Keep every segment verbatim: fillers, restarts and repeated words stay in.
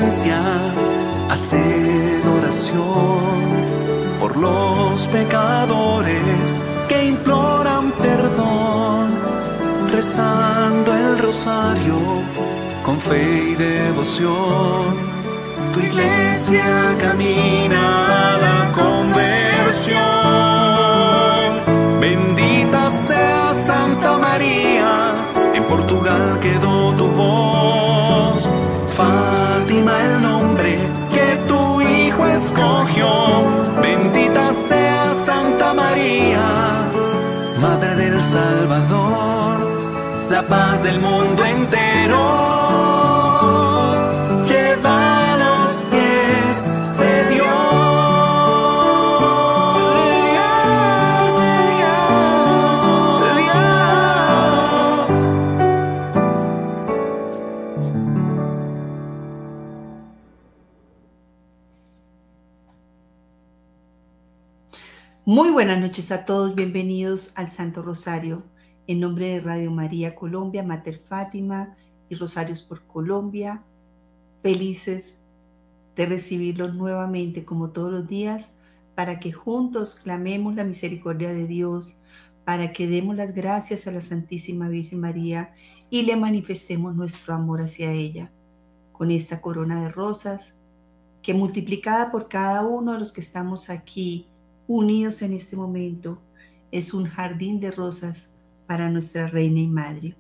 iglesia hacer oración por los pecadores que imploran perdón, rezando el rosario con fe y devoción. Tu iglesia camina a la conversión. Bendita sea Santa María, en Portugal quedó tu voz. Fátima el nombre que tu hijo escogió. Bendita sea Santa María, Madre del Salvador, la paz del mundo entero. Lleva a los pies de Dios. Muy buenas noches a todos, bienvenidos al Santo Rosario. En nombre de Radio María Colombia, Mater Fátima y Rosarios por Colombia, felices de recibirlos nuevamente como todos los días para que juntos clamemos la misericordia de Dios, para que demos las gracias a la Santísima Virgen María y le manifestemos nuestro amor hacia ella con esta corona de rosas que, multiplicada por cada uno de los que estamos aquí unidos en este momento, es un jardín de rosas para nuestra Reina y Madre.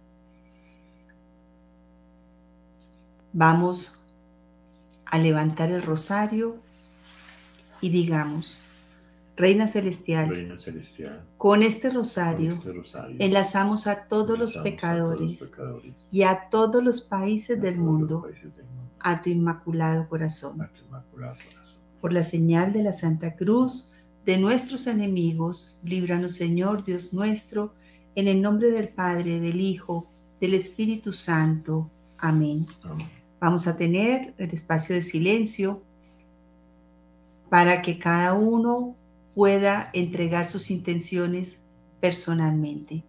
Vamos a levantar el rosario y digamos: Reina Celestial, Reina Celestial, con este rosario, con este rosario enlazamos a todos, enlazamos los, pecadores a todos los pecadores y a todos los países, a del, todos mundo, los países del mundo, a tu inmaculado corazón. a tu inmaculado corazón. Por la señal de la Santa Cruz de nuestros enemigos, líbranos, Señor Dios nuestro, en el nombre del Padre, del Hijo, del Espíritu Santo. Amén. Amén. Vamos a tener el espacio de silencio para que cada uno pueda entregar sus intenciones personalmente.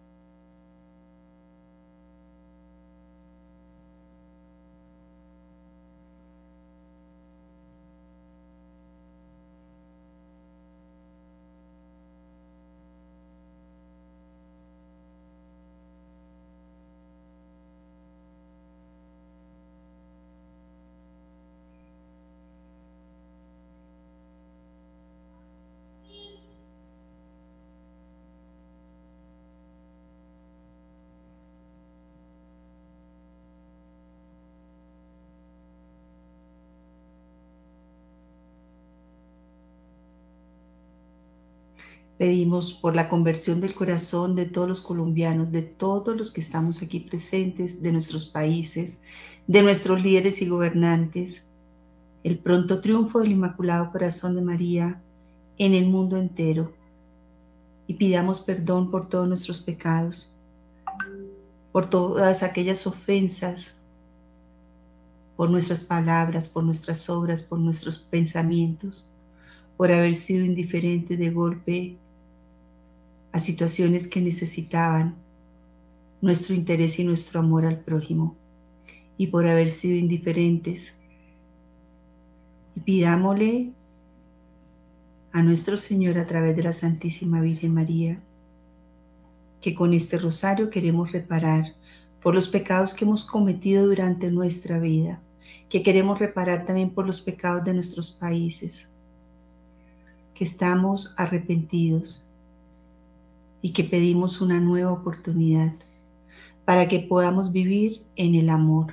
Pedimos por la conversión del corazón de todos los colombianos, de todos los que estamos aquí presentes, de nuestros países, de nuestros líderes y gobernantes, el pronto triunfo del Inmaculado Corazón de María en el mundo entero. Y pidamos perdón por todos nuestros pecados, por todas aquellas ofensas, por nuestras palabras, por nuestras obras, por nuestros pensamientos, por haber sido indiferentes de golpe a situaciones que necesitaban nuestro interés y nuestro amor al prójimo, y por haber sido indiferentes. Y pidámosle a nuestro Señor a través de la Santísima Virgen María que con este rosario queremos reparar por los pecados que hemos cometido durante nuestra vida, que queremos reparar también por los pecados de nuestros países, que estamos arrepentidos y que pedimos una nueva oportunidad para que podamos vivir en el amor,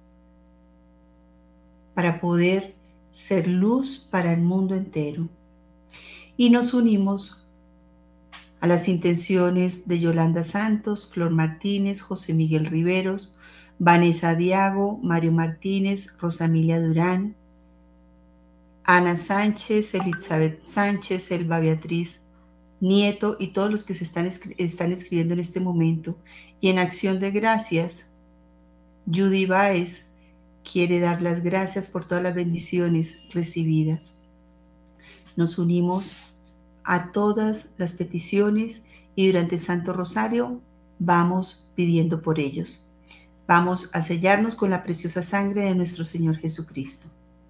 para poder ser luz para el mundo entero. Y nos unimos a las intenciones de Yolanda Santos, Flor Martínez, José Miguel Riveros, Vanessa Diago, Mario Martínez, Rosamilia Durán, Ana Sánchez, Elizabeth Sánchez, Elba Beatriz Nieto y todos los que se están, escri- están escribiendo en este momento. Y en acción de gracias, Judy Báez quiere dar las gracias por todas las bendiciones recibidas. Nos unimos a todas las peticiones y durante Santo Rosario vamos pidiendo por ellos. Vamos a sellarnos con la preciosa sangre de nuestro Señor Jesucristo.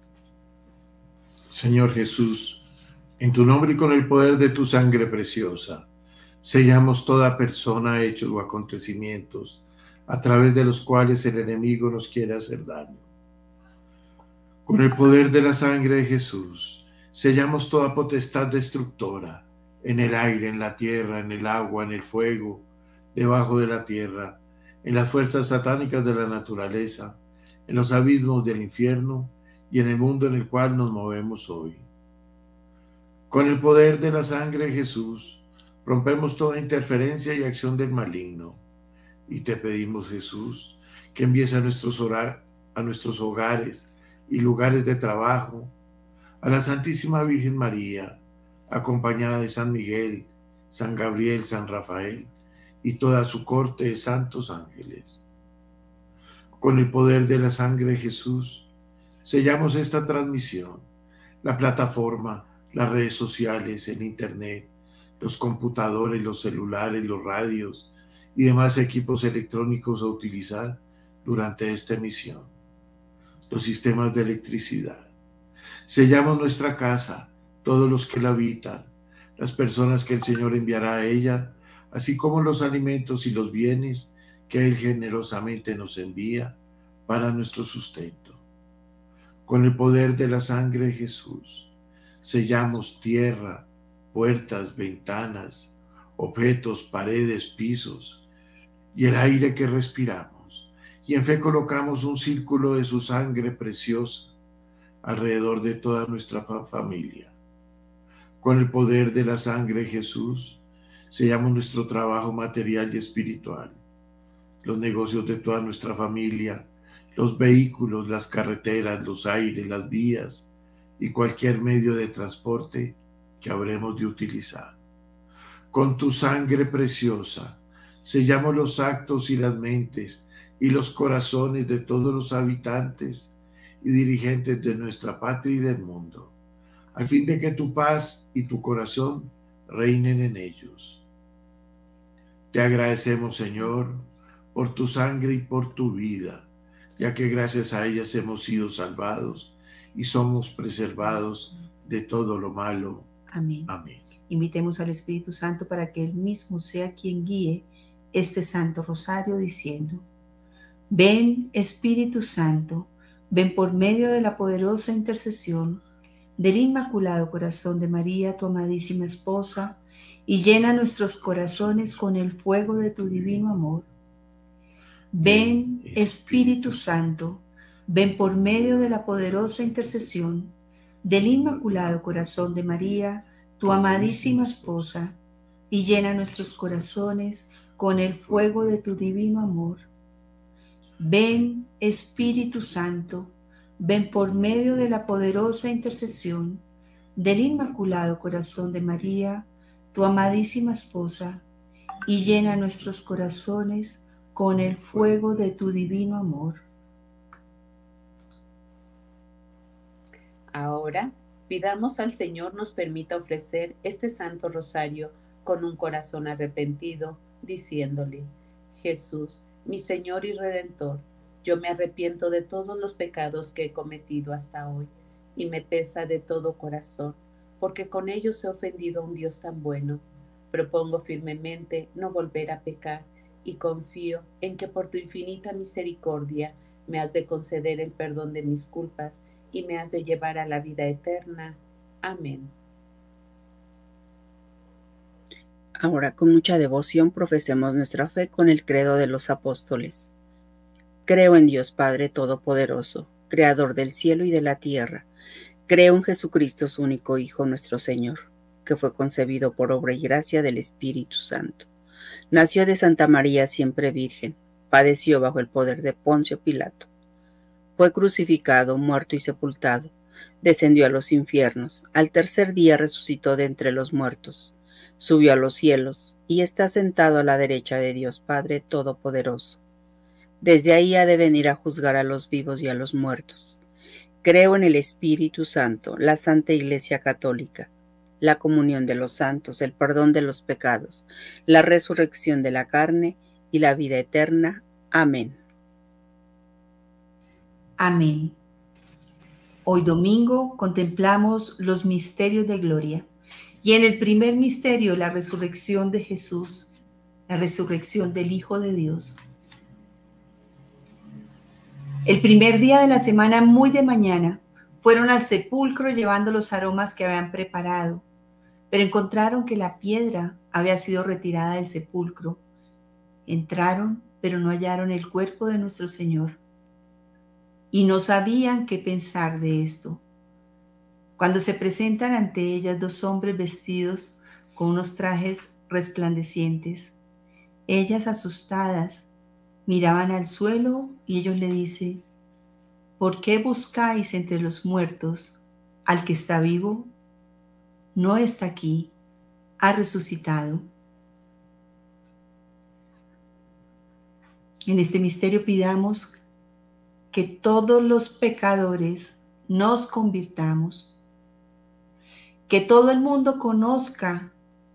Señor Jesús, en tu nombre y con el poder de tu sangre preciosa, sellamos toda persona, hechos o acontecimientos a través de los cuales el enemigo nos quiere hacer daño. Con el poder de la sangre de Jesús, sellamos toda potestad destructora en el aire, en la tierra, en el agua, en el fuego, debajo de la tierra, en las fuerzas satánicas de la naturaleza, en los abismos del infierno y en el mundo en el cual nos movemos hoy. Con el poder de la sangre de Jesús, rompemos toda interferencia y acción del maligno. Y te pedimos, Jesús, que envíes a nuestros, hogar, a nuestros hogares y lugares de trabajo a la Santísima Virgen María, acompañada de San Miguel, San Gabriel, San Rafael y toda su corte de santos ángeles. Con el poder de la sangre de Jesús, sellamos esta transmisión, la plataforma, las redes sociales, el internet, los computadores, los celulares, los radios y demás equipos electrónicos a utilizar durante esta emisión. Los sistemas de electricidad. Sellamos nuestra casa, todos los que la habitan, las personas que el Señor enviará a ella, así como los alimentos y los bienes que Él generosamente nos envía para nuestro sustento. Con el poder de la sangre de Jesús, sellamos tierra, puertas, ventanas, objetos, paredes, pisos y el aire que respiramos. Y en fe colocamos un círculo de su sangre preciosa alrededor de toda nuestra familia. Con el poder de la sangre de Jesús, sellamos nuestro trabajo material y espiritual, los negocios de toda nuestra familia, los vehículos, las carreteras, los aires, las vías y cualquier medio de transporte que habremos de utilizar. Con tu sangre preciosa, sellamos los actos y las mentes y los corazones de todos los habitantes y dirigentes de nuestra patria y del mundo, al fin de que tu paz y tu corazón reinen en ellos. Te agradecemos, Señor, por tu sangre y por tu vida, ya que gracias a ellas hemos sido salvados y somos preservados de todo lo malo. Amén. Amén. Invitemos al Espíritu Santo para que Él mismo sea quien guíe este Santo Rosario diciendo: ven, Espíritu Santo, ven por medio de la poderosa intercesión del Inmaculado Corazón de María, tu amadísima esposa, y llena nuestros corazones con el fuego de tu divino amor. Ven, Espíritu Santo, ven por medio de la poderosa intercesión del Inmaculado Corazón de María, tu amadísima esposa, y llena nuestros corazones con el fuego de tu divino amor. Ven, Espíritu Santo, ven por medio de la poderosa intercesión del Inmaculado Corazón de María, tu amadísima esposa, y llena nuestros corazones con el fuego de tu divino amor. Ahora, pidamos al Señor nos permita ofrecer este Santo Rosario con un corazón arrepentido, diciéndole: Jesús, mi Señor y Redentor, yo me arrepiento de todos los pecados que he cometido hasta hoy, y me pesa de todo corazón, porque con ellos he ofendido a un Dios tan bueno. Propongo firmemente no volver a pecar, y confío en que por tu infinita misericordia me has de conceder el perdón de mis culpas y me has de llevar a la vida eterna. Amén. Ahora, con mucha devoción, profesemos nuestra fe con el credo de los apóstoles. Creo en Dios Padre Todopoderoso, Creador del cielo y de la tierra. Creo en Jesucristo, su único Hijo, nuestro Señor, que fue concebido por obra y gracia del Espíritu Santo. Nació de Santa María siempre Virgen, padeció bajo el poder de Poncio Pilato. Fue crucificado, muerto y sepultado, descendió a los infiernos, al tercer día resucitó de entre los muertos, subió a los cielos y está sentado a la derecha de Dios Padre Todopoderoso. Desde ahí ha de venir a juzgar a los vivos y a los muertos. Creo en el Espíritu Santo, la Santa Iglesia Católica, la comunión de los santos, el perdón de los pecados, la resurrección de la carne y la vida eterna. Amén. Amén. Hoy domingo contemplamos los misterios de gloria y en el primer misterio la resurrección de Jesús, la resurrección del Hijo de Dios. El primer día de la semana, muy de mañana, fueron al sepulcro llevando los aromas que habían preparado, pero encontraron que la piedra había sido retirada del sepulcro. Entraron, pero no hallaron el cuerpo de nuestro Señor. Y no sabían qué pensar de esto. Cuando se presentan ante ellas dos hombres vestidos con unos trajes resplandecientes, ellas asustadas miraban al suelo y ellos le dicen: ¿por qué buscáis entre los muertos al que está vivo? No está aquí, ha resucitado. En este misterio pidamos que todos los pecadores nos convirtamos, que todo el mundo conozca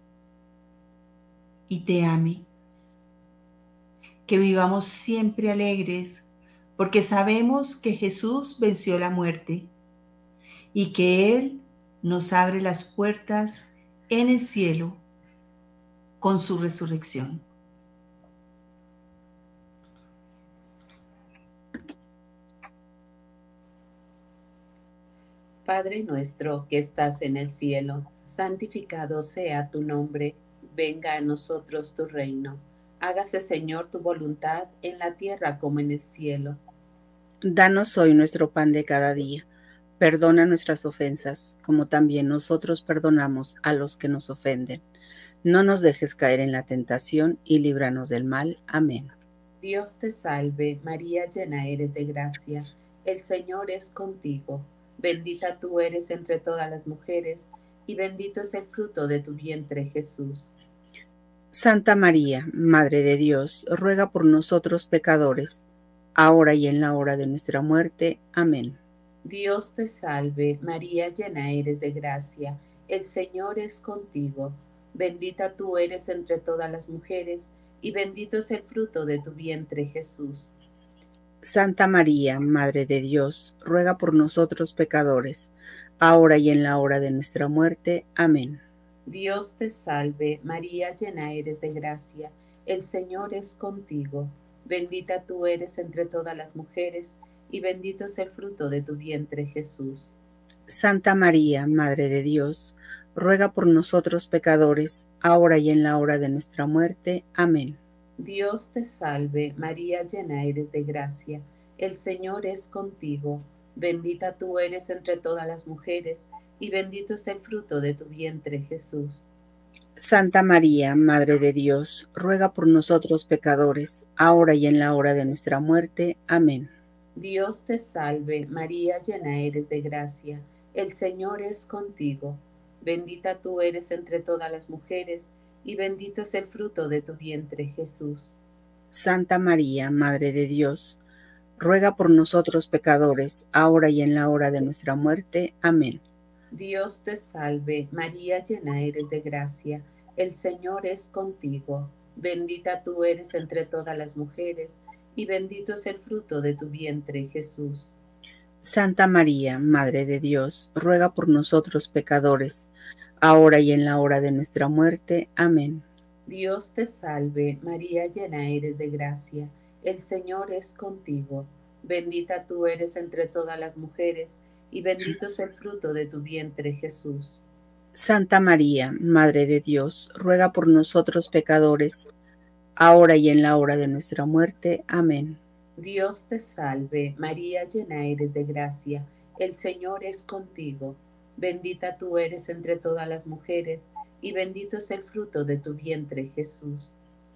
y te ame, que vivamos siempre alegres, porque sabemos que Jesús venció la muerte y que Él nos abre las puertas en el cielo con su resurrección. Padre nuestro que estás en el cielo, santificado sea tu nombre, venga a nosotros tu reino. Hágase, Señor, tu voluntad en la tierra como en el cielo. Danos hoy nuestro pan de cada día. Perdona nuestras ofensas, como también nosotros perdonamos a los que nos ofenden. No nos dejes caer en la tentación y líbranos del mal. Amén. Dios te salve, María, llena eres de gracia. El Señor es contigo. Bendita tú eres entre todas las mujeres, y bendito es el fruto de tu vientre, Jesús. Santa María, Madre de Dios, ruega por nosotros pecadores, ahora y en la hora de nuestra muerte. Amén. Dios te salve, María, llena eres de gracia. El Señor es contigo. Bendita tú eres entre todas las mujeres, y bendito es el fruto de tu vientre, Jesús. Santa María, Madre de Dios, ruega por nosotros pecadores, ahora y en la hora de nuestra muerte. Amén. Dios te salve, María, llena eres de gracia. El Señor es contigo. Bendita tú eres entre todas las mujeres, y bendito es el fruto de tu vientre, Jesús. Santa María, Madre de Dios, ruega por nosotros pecadores, ahora y en la hora de nuestra muerte. Amén. Dios te salve, María, llena eres de gracia. El Señor es contigo. Bendita tú eres entre todas las mujeres, y bendito es el fruto de tu vientre, Jesús. Santa María, Madre de Dios, ruega por nosotros pecadores, ahora y en la hora de nuestra muerte. Amén. Dios te salve, María, llena eres de gracia. El Señor es contigo. Bendita tú eres entre todas las mujeres, y bendito es el fruto de tu vientre, Jesús. Santa María, Madre de Dios, ruega por nosotros pecadores, ahora y en la hora de nuestra muerte. Amén. Dios te salve, María, llena eres de gracia. El Señor es contigo. Bendita tú eres entre todas las mujeres, y bendito es el fruto de tu vientre, Jesús. Santa María, Madre de Dios, ruega por nosotros pecadores, ahora y en la hora de nuestra muerte. Amén. Dios te salve, María, llena eres de gracia. El Señor es contigo. Bendita tú eres entre todas las mujeres, y bendito es el fruto de tu vientre, Jesús. Santa María, Madre de Dios, ruega por nosotros pecadores, ahora y en la hora de nuestra muerte. Amén. Dios te salve, María, llena eres de gracia. El Señor es contigo. Bendita tú eres entre todas las mujeres, y bendito es el fruto de tu vientre, Jesús.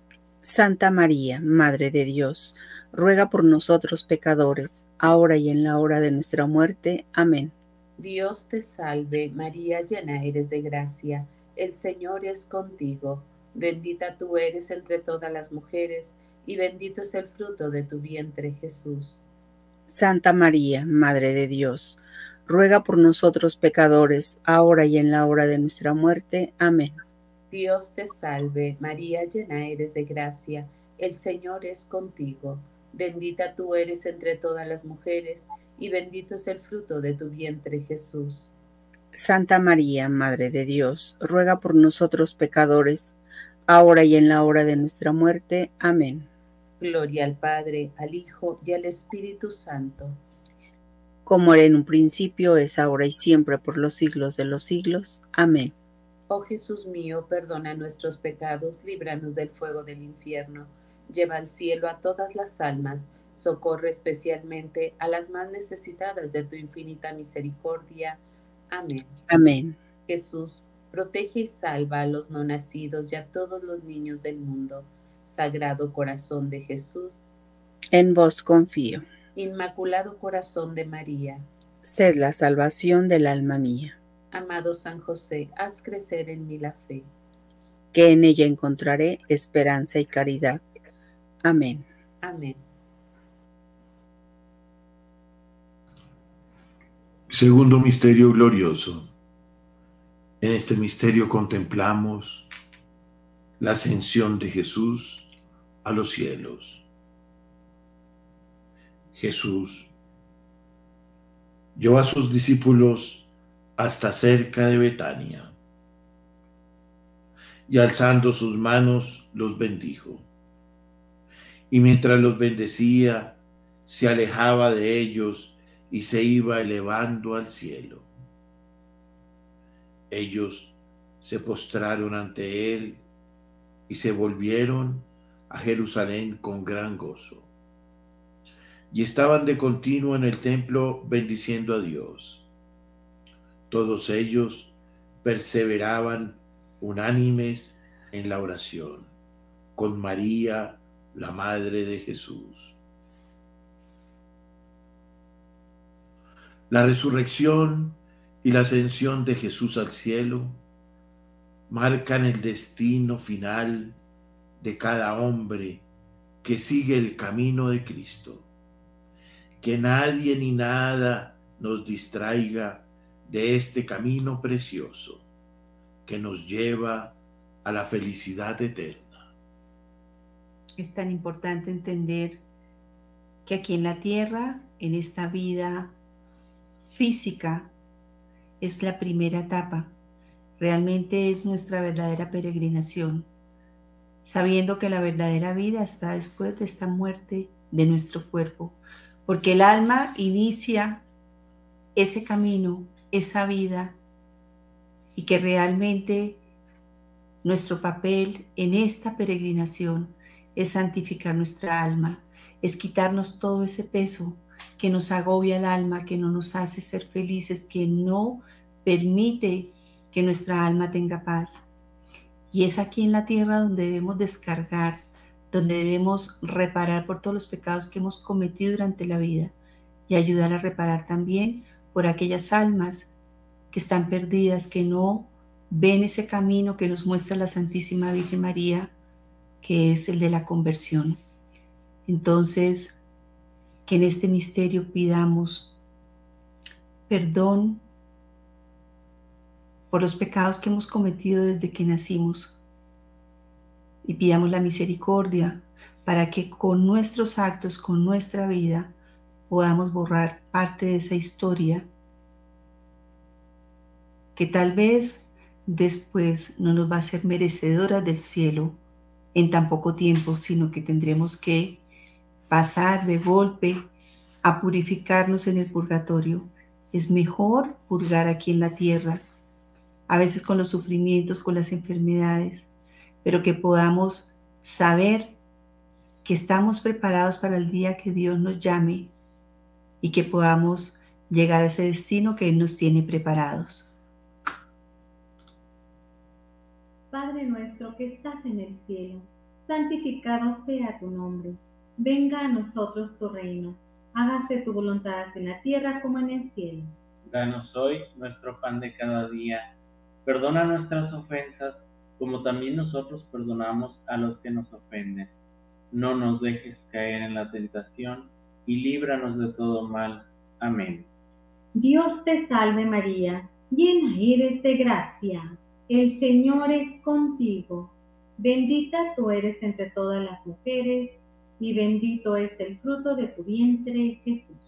Santa María, Madre de Dios, ruega por nosotros pecadores, ahora y en la hora de nuestra muerte. Amén. Dios te salve, María, llena eres de gracia. El Señor es contigo. Bendita tú eres entre todas las mujeres, y bendito es el fruto de tu vientre, Jesús. Santa María, Madre de Dios, ruega por nosotros pecadores, ahora y en la hora de nuestra muerte. Amén. Dios te salve, María, llena eres de gracia. El Señor es contigo. Bendita tú eres entre todas las mujeres, y bendito es el fruto de tu vientre, Jesús. Santa María, Madre de Dios, ruega por nosotros pecadores, ahora y en la hora de nuestra muerte. Amén. Gloria al Padre, al Hijo y al Espíritu Santo. Como era en un principio, es ahora y siempre, por los siglos de los siglos. Amén. Oh Jesús mío, perdona nuestros pecados, líbranos del fuego del infierno, lleva al cielo a todas las almas, socorre especialmente a las más necesitadas de tu infinita misericordia. Amén. Amén. Jesús, protege y salva a los no nacidos y a todos los niños del mundo. Sagrado Corazón de Jesús, En vos confío. Inmaculado Corazón de María, Sed la salvación del alma mía. amado San José, haz crecer en mí la fe. Que en ella encontraré esperanza y caridad. Amén. Amén. Segundo misterio glorioso. En este misterio contemplamos la ascensión de Jesús a los cielos. Jesús llevó a sus discípulos hasta cerca de Betania y alzando sus manos los bendijo. Y mientras los bendecía, se alejaba de ellos y se iba elevando al cielo. Ellos se postraron ante él y se volvieron a Jerusalén con gran gozo. Y estaban de continuo en el templo bendiciendo a Dios. Todos ellos perseveraban unánimes en la oración, con María, la Madre de Jesús. La resurrección y la ascensión de Jesús al cielo marcan el destino final de cada hombre que sigue el camino de Cristo. Que nadie ni nada nos distraiga de este camino precioso que nos lleva a la felicidad eterna. Es tan importante entender que aquí en la tierra, en esta vida física, es la primera etapa. Realmente es nuestra verdadera peregrinación, sabiendo que la verdadera vida está después de esta muerte de nuestro cuerpo, porque el alma inicia ese camino, esa vida, y que realmente nuestro papel en esta peregrinación es santificar nuestra alma, es quitarnos todo ese peso que nos agobia el alma, que no nos hace ser felices, que no permite que nuestra alma tenga paz. Y es aquí en la tierra donde debemos descargar, donde debemos reparar por todos los pecados que hemos cometido durante la vida y ayudar a reparar también por aquellas almas que están perdidas, que no ven ese camino que nos muestra la Santísima Virgen María, que es el de la conversión. Entonces, que en este misterio pidamos perdón por los pecados que hemos cometido desde que nacimos y pidamos la misericordia para que con nuestros actos, con nuestra vida, podamos borrar parte de esa historia que tal vez después no nos va a ser merecedora del cielo en tan poco tiempo, sino que tendremos que pasar de golpe a purificarnos en el purgatorio. Es mejor purgar aquí en la tierra, a veces con los sufrimientos, con las enfermedades, pero que podamos saber que estamos preparados para el día que Dios nos llame y que podamos llegar a ese destino que Él nos tiene preparados. Padre nuestro que estás en el cielo, santificado sea tu nombre. Venga a nosotros tu reino. Hágase tu voluntad en la tierra como en el cielo. Danos hoy nuestro pan de cada día. Perdona nuestras ofensas, como también nosotros perdonamos a los que nos ofenden. No nos dejes caer en la tentación, y líbranos de todo mal. Amén. Dios te salve María, llena eres de gracia. El Señor es contigo. Bendita tú eres entre todas las mujeres, y bendito es el fruto de tu vientre, Jesús.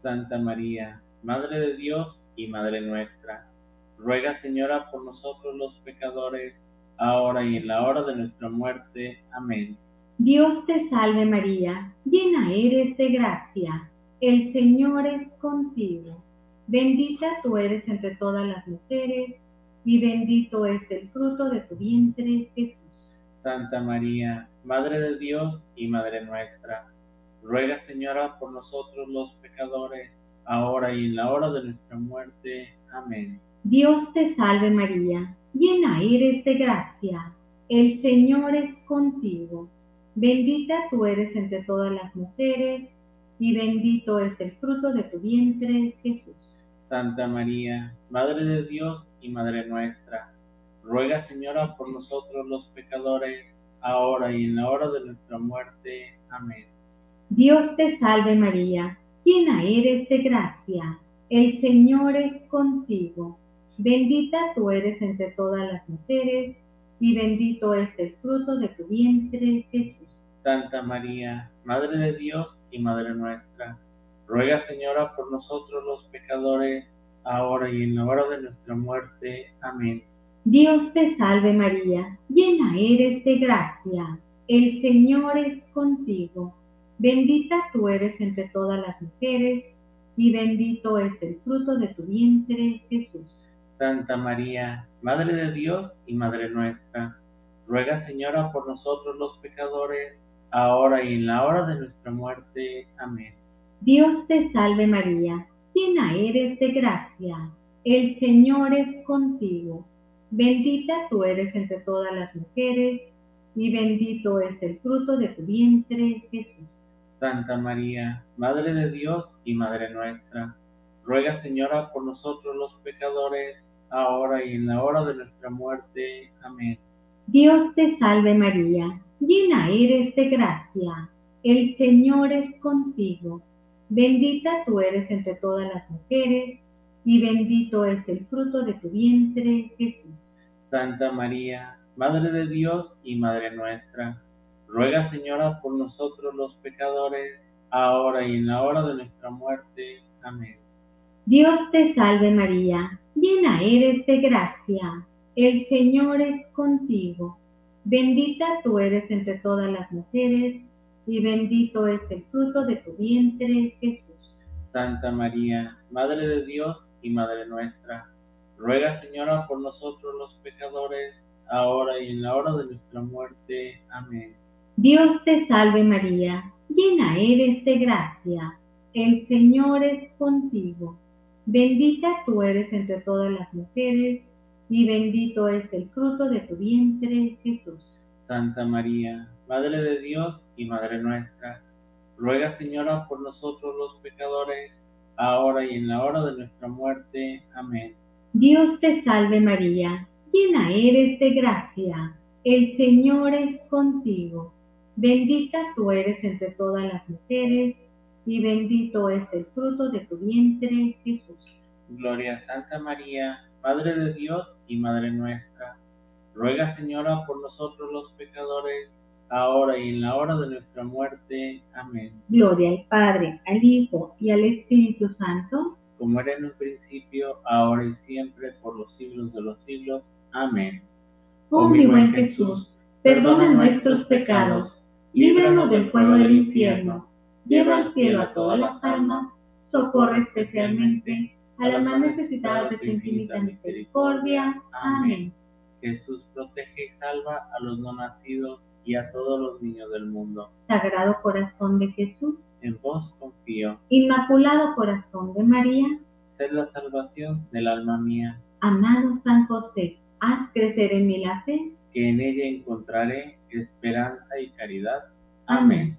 Santa María, Madre de Dios y Madre nuestra, ruega, Señora, por nosotros los pecadores, ahora y en la hora de nuestra muerte. Amén. Dios te salve María, llena eres de gracia, el Señor es contigo. Bendita tú eres entre todas las mujeres, y bendito es el fruto de tu vientre, Jesús. Santa María, Madre de Dios y Madre nuestra, ruega, Señora, por nosotros los pecadores, ahora y en la hora de nuestra muerte. Amén. Dios te salve María, llena eres de gracia, el Señor es contigo. Bendita tú eres entre todas las mujeres, y bendito es el fruto de tu vientre, Jesús. Santa María, Madre de Dios y Madre nuestra, ruega, Señora, por nosotros los pecadores, ahora y en la hora de nuestra muerte. Amén. Dios te salve María, llena eres de gracia, el Señor es contigo. Bendita tú eres entre todas las mujeres, y bendito es el fruto de tu vientre, Jesús. Santa María, Madre de Dios y Madre nuestra, ruega, Señora, por nosotros los pecadores, ahora y en la hora de nuestra muerte. Amén. Dios te salve María, llena eres de gracia, el Señor es contigo. Bendita tú eres entre todas las mujeres, y bendito es el fruto de tu vientre, Jesús. Santa María, Madre de Dios y Madre nuestra, ruega, Señora, por nosotros los pecadores, ahora y en la hora de nuestra muerte. Amén. Dios te salve María, llena eres de gracia, el Señor es contigo. Bendita tú eres entre todas las mujeres, y bendito es el fruto de tu vientre, Jesús. Santa María, Madre de Dios y Madre nuestra, ruega, Señora, por nosotros los pecadores, ahora y en la hora de nuestra muerte. Amén. Dios te salve María, llena eres de gracia, el Señor es contigo. Bendita tú eres entre todas las mujeres, y bendito es el fruto de tu vientre, Jesús. Santa María, Madre de Dios y Madre nuestra, ruega, Señora, por nosotros los pecadores, ahora y en la hora de nuestra muerte. Amén. Dios te salve María, llena eres de gracia, el Señor es contigo. Bendita tú eres entre todas las mujeres, y bendito es el fruto de tu vientre, Jesús. Santa María, Madre de Dios y Madre nuestra, ruega, Señora, por nosotros los pecadores, ahora y en la hora de nuestra muerte. Amén. Dios te salve María, llena eres de gracia, el Señor es contigo. Bendita tú eres entre todas las mujeres, y bendito es el fruto de tu vientre, Jesús. Santa María, Madre de Dios y Madre nuestra, ruega, Señora, por nosotros los pecadores, ahora y en la hora de nuestra muerte. Amén. Dios te salve María, llena eres de gracia, el Señor es contigo. Bendita tú eres entre todas las mujeres, y bendito es el fruto de tu vientre, Jesús. Gloria a Santa María, Madre de Dios y Madre nuestra, ruega, Señora, por nosotros los pecadores, ahora y en la hora de nuestra muerte. Amén. Gloria al Padre, al Hijo y al Espíritu Santo, como era en un principio, ahora y siempre, por los siglos de los siglos. Amén. Oh mi buen Jesús, perdona nuestros pecados, líbranos del fuego del infierno, lleva al cielo a todas las almas, socorre especialmente a las más necesitadas de tu infinita misericordia. Amén. Jesús, protege y salva a los no nacidos y a todos los niños del mundo. Sagrado corazón de Jesús, en vos confío. Inmaculado corazón de María, sed la salvación del alma mía. Amado San José, haz crecer en mí la fe, que en ella encontraré esperanza y caridad. Amén.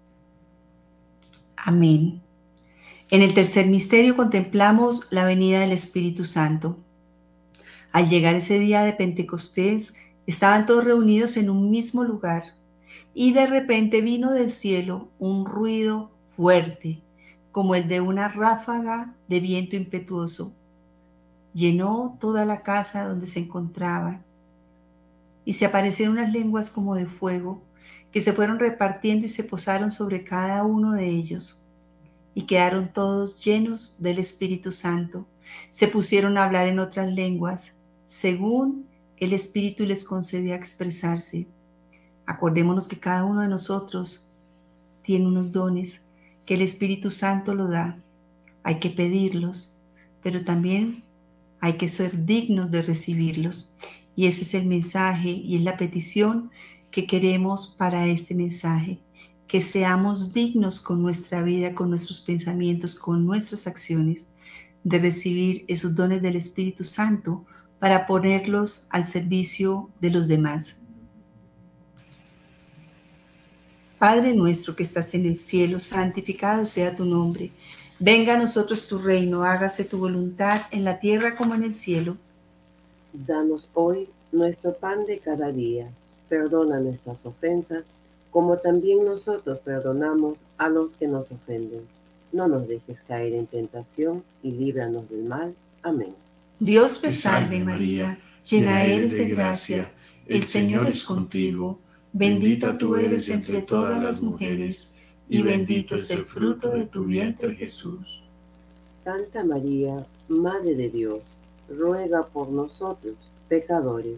Amén. En el tercer misterio contemplamos la venida del Espíritu Santo. Al llegar ese día de Pentecostés, estaban todos reunidos en un mismo lugar y de repente vino del cielo un ruido fuerte, como el de una ráfaga de viento impetuoso. Llenó toda la casa donde se encontraban y se aparecieron unas lenguas como de fuego que se fueron repartiendo y se posaron sobre cada uno de ellos. y quedaron todos llenos del Espíritu Santo. Se pusieron a hablar en otras lenguas, según el Espíritu les concedía expresarse. Acordémonos que cada uno de nosotros tiene unos dones que el Espíritu Santo lo da. Hay que pedirlos, pero también hay que ser dignos de recibirlos. Y ese es el mensaje y es la petición que queremos para este mensaje. Que seamos dignos con nuestra vida, con nuestros pensamientos, con nuestras acciones, de recibir esos dones del Espíritu Santo para ponerlos al servicio de los demás. Padre nuestro que estás en el cielo, santificado sea tu nombre. Venga a nosotros tu reino, hágase tu voluntad en la tierra como en el cielo. Danos hoy nuestro pan de cada día. Perdona nuestras ofensas, como también nosotros perdonamos a los que nos ofenden. No nos dejes caer en tentación y líbranos del mal. Amén. Dios te salve María, llena eres de gracia, el Señor es contigo. Bendita tú eres entre todas las mujeres, y bendito es el fruto de tu vientre, Jesús. Santa María, Madre de Dios, ruega por nosotros, pecadores,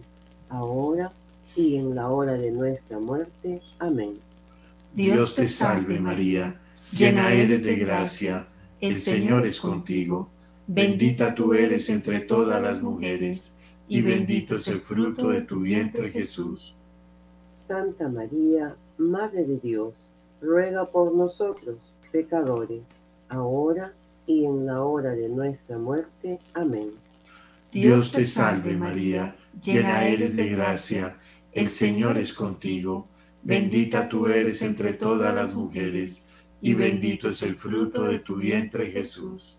ahora y en la hora de nuestra muerte. Amén. Dios te salve María, llena eres de gracia, el Señor es contigo. Bendita tú eres entre todas las mujeres, y bendito es el fruto de tu vientre, Jesús. Santa María, Madre de Dios, ruega por nosotros, pecadores, ahora y en la hora de nuestra muerte. Amén. Dios te salve María, llena eres de gracia, el Señor es contigo. Bendita tú eres entre todas las mujeres, y bendito es el fruto de tu vientre, Jesús.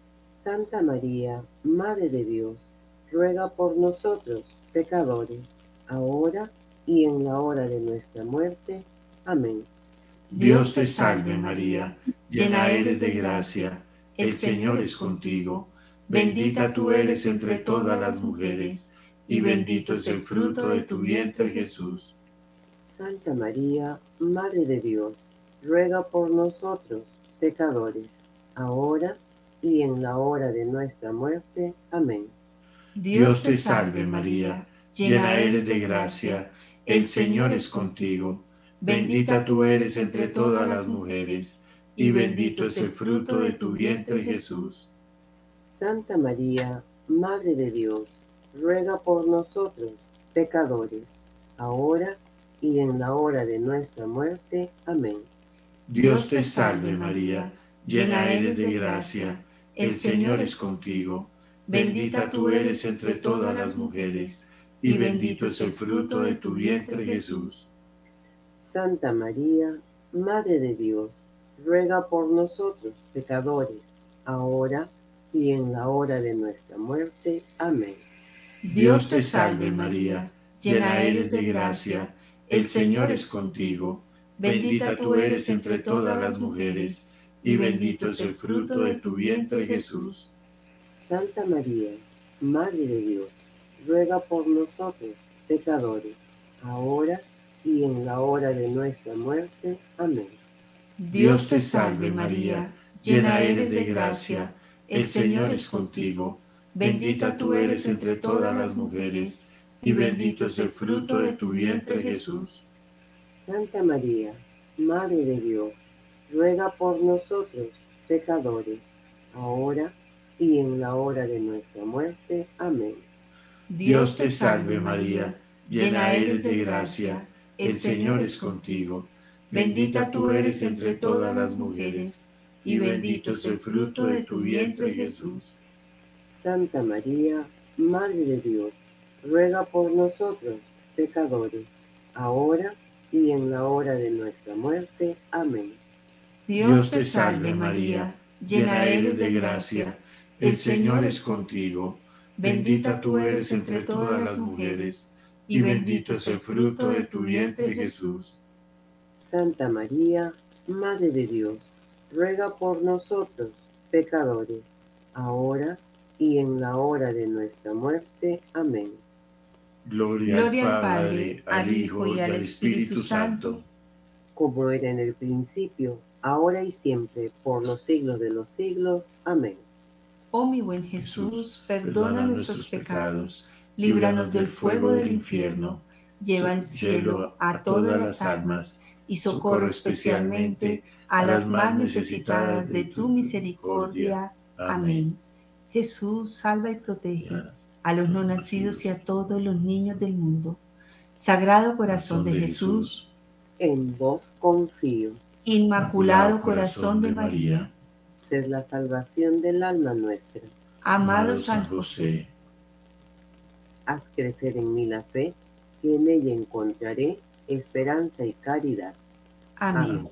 Santa María, Madre de Dios, ruega por nosotros, pecadores, ahora y en la hora de nuestra muerte. Amén. Dios te salve María, llena eres de gracia, el Señor es contigo. Bendita tú eres entre todas las mujeres, y bendito es el fruto de tu vientre, Jesús. Santa María, Madre de Dios, ruega por nosotros, pecadores, ahora y en la hora de nuestra muerte. Amén. Dios te salve María, llena eres de gracia, el Señor es contigo. Bendita tú eres entre todas las mujeres, y bendito es el fruto de tu vientre, Jesús. Santa María, Madre de Dios, ruega por nosotros, pecadores, ahora y en la hora de nuestra muerte. Amén. Dios te salve María, llena eres de gracia, el Señor es contigo. Bendita tú eres entre todas las mujeres, y bendito es el fruto de tu vientre, Jesús. Santa María, Madre de Dios, ruega por nosotros, pecadores, ahora y en la hora de nuestra muerte. Amén. Dios te salve María, llena eres de gracia, el Señor es contigo. Bendita tú eres entre todas las mujeres, y bendito es el fruto de tu vientre, Jesús. Santa María, Madre de Dios, ruega por nosotros, pecadores, ahora y en la hora de nuestra muerte. Amén. Dios te salve María, llena eres de gracia, el Señor es contigo. Bendita tú eres entre todas las mujeres, y bendito es el fruto de tu vientre, Jesús. Santa María, Madre de Dios, ruega por nosotros, pecadores, ahora y en la hora de nuestra muerte. Amén. Dios te salve María, llena eres de gracia, el Señor es contigo. Bendita tú eres entre todas las mujeres, y bendito es el fruto de tu vientre, Jesús. Santa María, Madre de Dios, ruega por nosotros, pecadores, ahora y en la hora de nuestra muerte. Amén. Dios te salve María, llena eres de gracia, el Señor es contigo. Bendita tú eres entre todas las mujeres, y bendito es el fruto de tu vientre, Jesús. Santa María, Madre de Dios, ruega por nosotros, pecadores, ahora y en la hora de nuestra muerte. Amén. Gloria, Gloria al Padre, al Hijo y al Espíritu Santo, como era en el principio, ahora y siempre, por los siglos de los siglos. Amén. Oh mi buen Jesús, perdona nuestros pecados, líbranos del fuego del infierno, lleva al cielo a todas las almas y socorre especialmente a las más necesitadas de tu misericordia. Amén. Jesús, salva y protege a los no nacidos y a todos los niños del mundo. Sagrado Corazón de Jesús, En vos confío. Inmaculado Corazón de María, Sed la salvación del alma nuestra. amado San José, Haz crecer en mí la fe, que en ella encontraré esperanza y caridad. amén.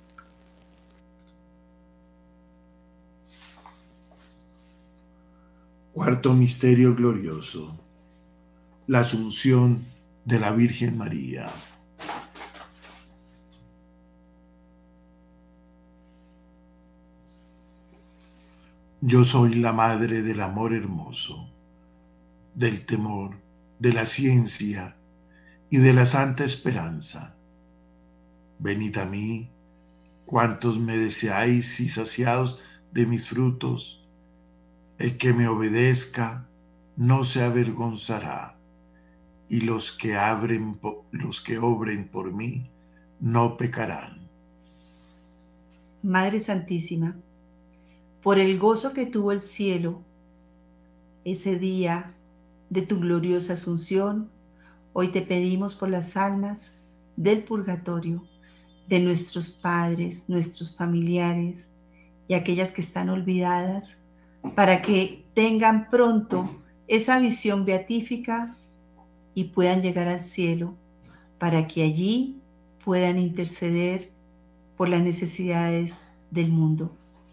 Cuarto misterio glorioso, la Asunción de la Virgen María. Yo soy la madre del amor hermoso, del temor, de la ciencia y de la santa esperanza. Venid a mí, cuantos me deseáis y saciados de mis frutos. El que me obedezca no se avergonzará, y los que, abren, los que obren por mí no pecarán. Madre Santísima, por el gozo que tuvo el cielo ese día de tu gloriosa asunción, hoy te pedimos por las almas del purgatorio, de nuestros padres, nuestros familiares y aquellas que están olvidadas, para que tengan pronto esa visión beatífica y puedan llegar al cielo, para que allí puedan interceder por las necesidades del mundo.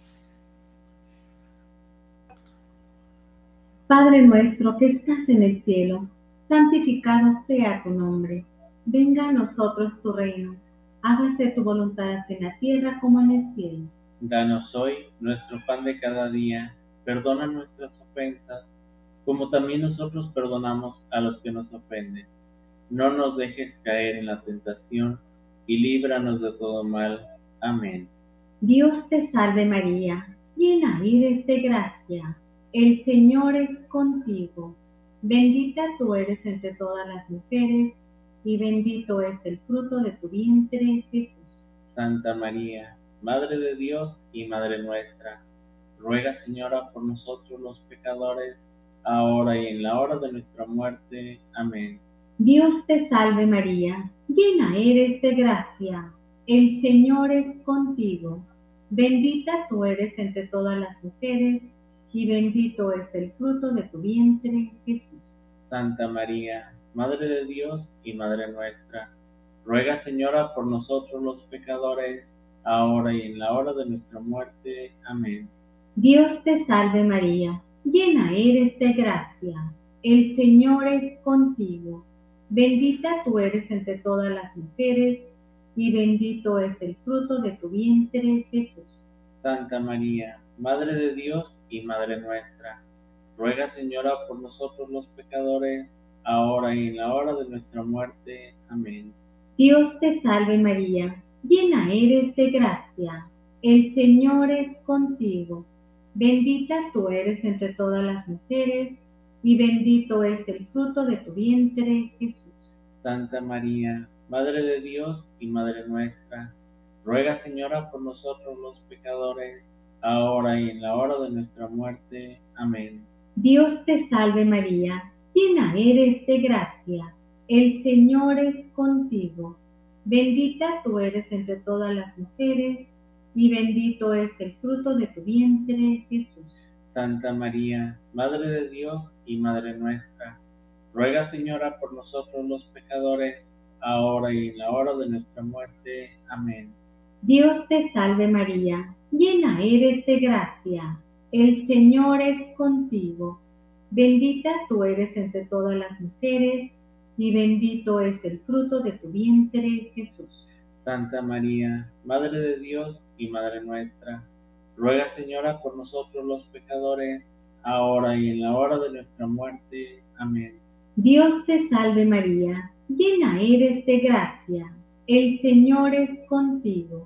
Padre nuestro que estás en el cielo, santificado sea tu nombre. Venga a nosotros tu reino. Hágase tu voluntad en la tierra como en el cielo. Danos hoy nuestro pan de cada día. Perdona nuestras ofensas, como también nosotros perdonamos a los que nos ofenden. No nos dejes caer en la tentación, y líbranos de todo mal. Amén. Dios te salve María, llena eres de gracia. El Señor es contigo. Bendita tú eres entre todas las mujeres, y bendito es el fruto de tu vientre, Jesús. Santa María, Madre de Dios y Madre nuestra, ruega, Señora, por nosotros los pecadores, ahora y en la hora de nuestra muerte. Amén. Dios te salve María, llena eres de gracia. El Señor es contigo. Bendita tú eres entre todas las mujeres, y bendito es el fruto de tu vientre, Jesús. Santa María, Madre de Dios y Madre nuestra, ruega, Señora, por nosotros los pecadores, ahora y en la hora de nuestra muerte. Amén. Dios te salve María, llena eres de gracia. El Señor es contigo. Bendita tú eres entre todas las mujeres, y bendito es el fruto de tu vientre, Jesús. Santa María, Madre de Dios y Madre nuestra, ruega, Señora, por nosotros los pecadores, ahora y en la hora de nuestra muerte. Amén. Dios te salve María, llena eres de gracia. El Señor es contigo. Bendita tú eres entre todas las mujeres, y bendito es el fruto de tu vientre, Jesús. Santa María, Madre de Dios y Madre nuestra, ruega, Señora, por nosotros los pecadores, ahora y en la hora de nuestra muerte. Amén. Dios te salve María, llena eres de gracia. El Señor es contigo. Bendita tú eres entre todas las mujeres, y bendito es el fruto de tu vientre, Jesús. Santa María, Madre de Dios y Madre nuestra, ruega, Señora, por nosotros los pecadores, ahora y en la hora de nuestra muerte. Amén. Dios te salve María, llena eres de gracia. El Señor es contigo. Bendita tú eres entre todas las mujeres, y bendito es el fruto de tu vientre, Jesús. Santa María, Madre de Dios y Madre nuestra, ruega, Señora, por nosotros los pecadores, ahora y en la hora de nuestra muerte. Amén. Dios te salve María, llena eres de gracia. El Señor es contigo.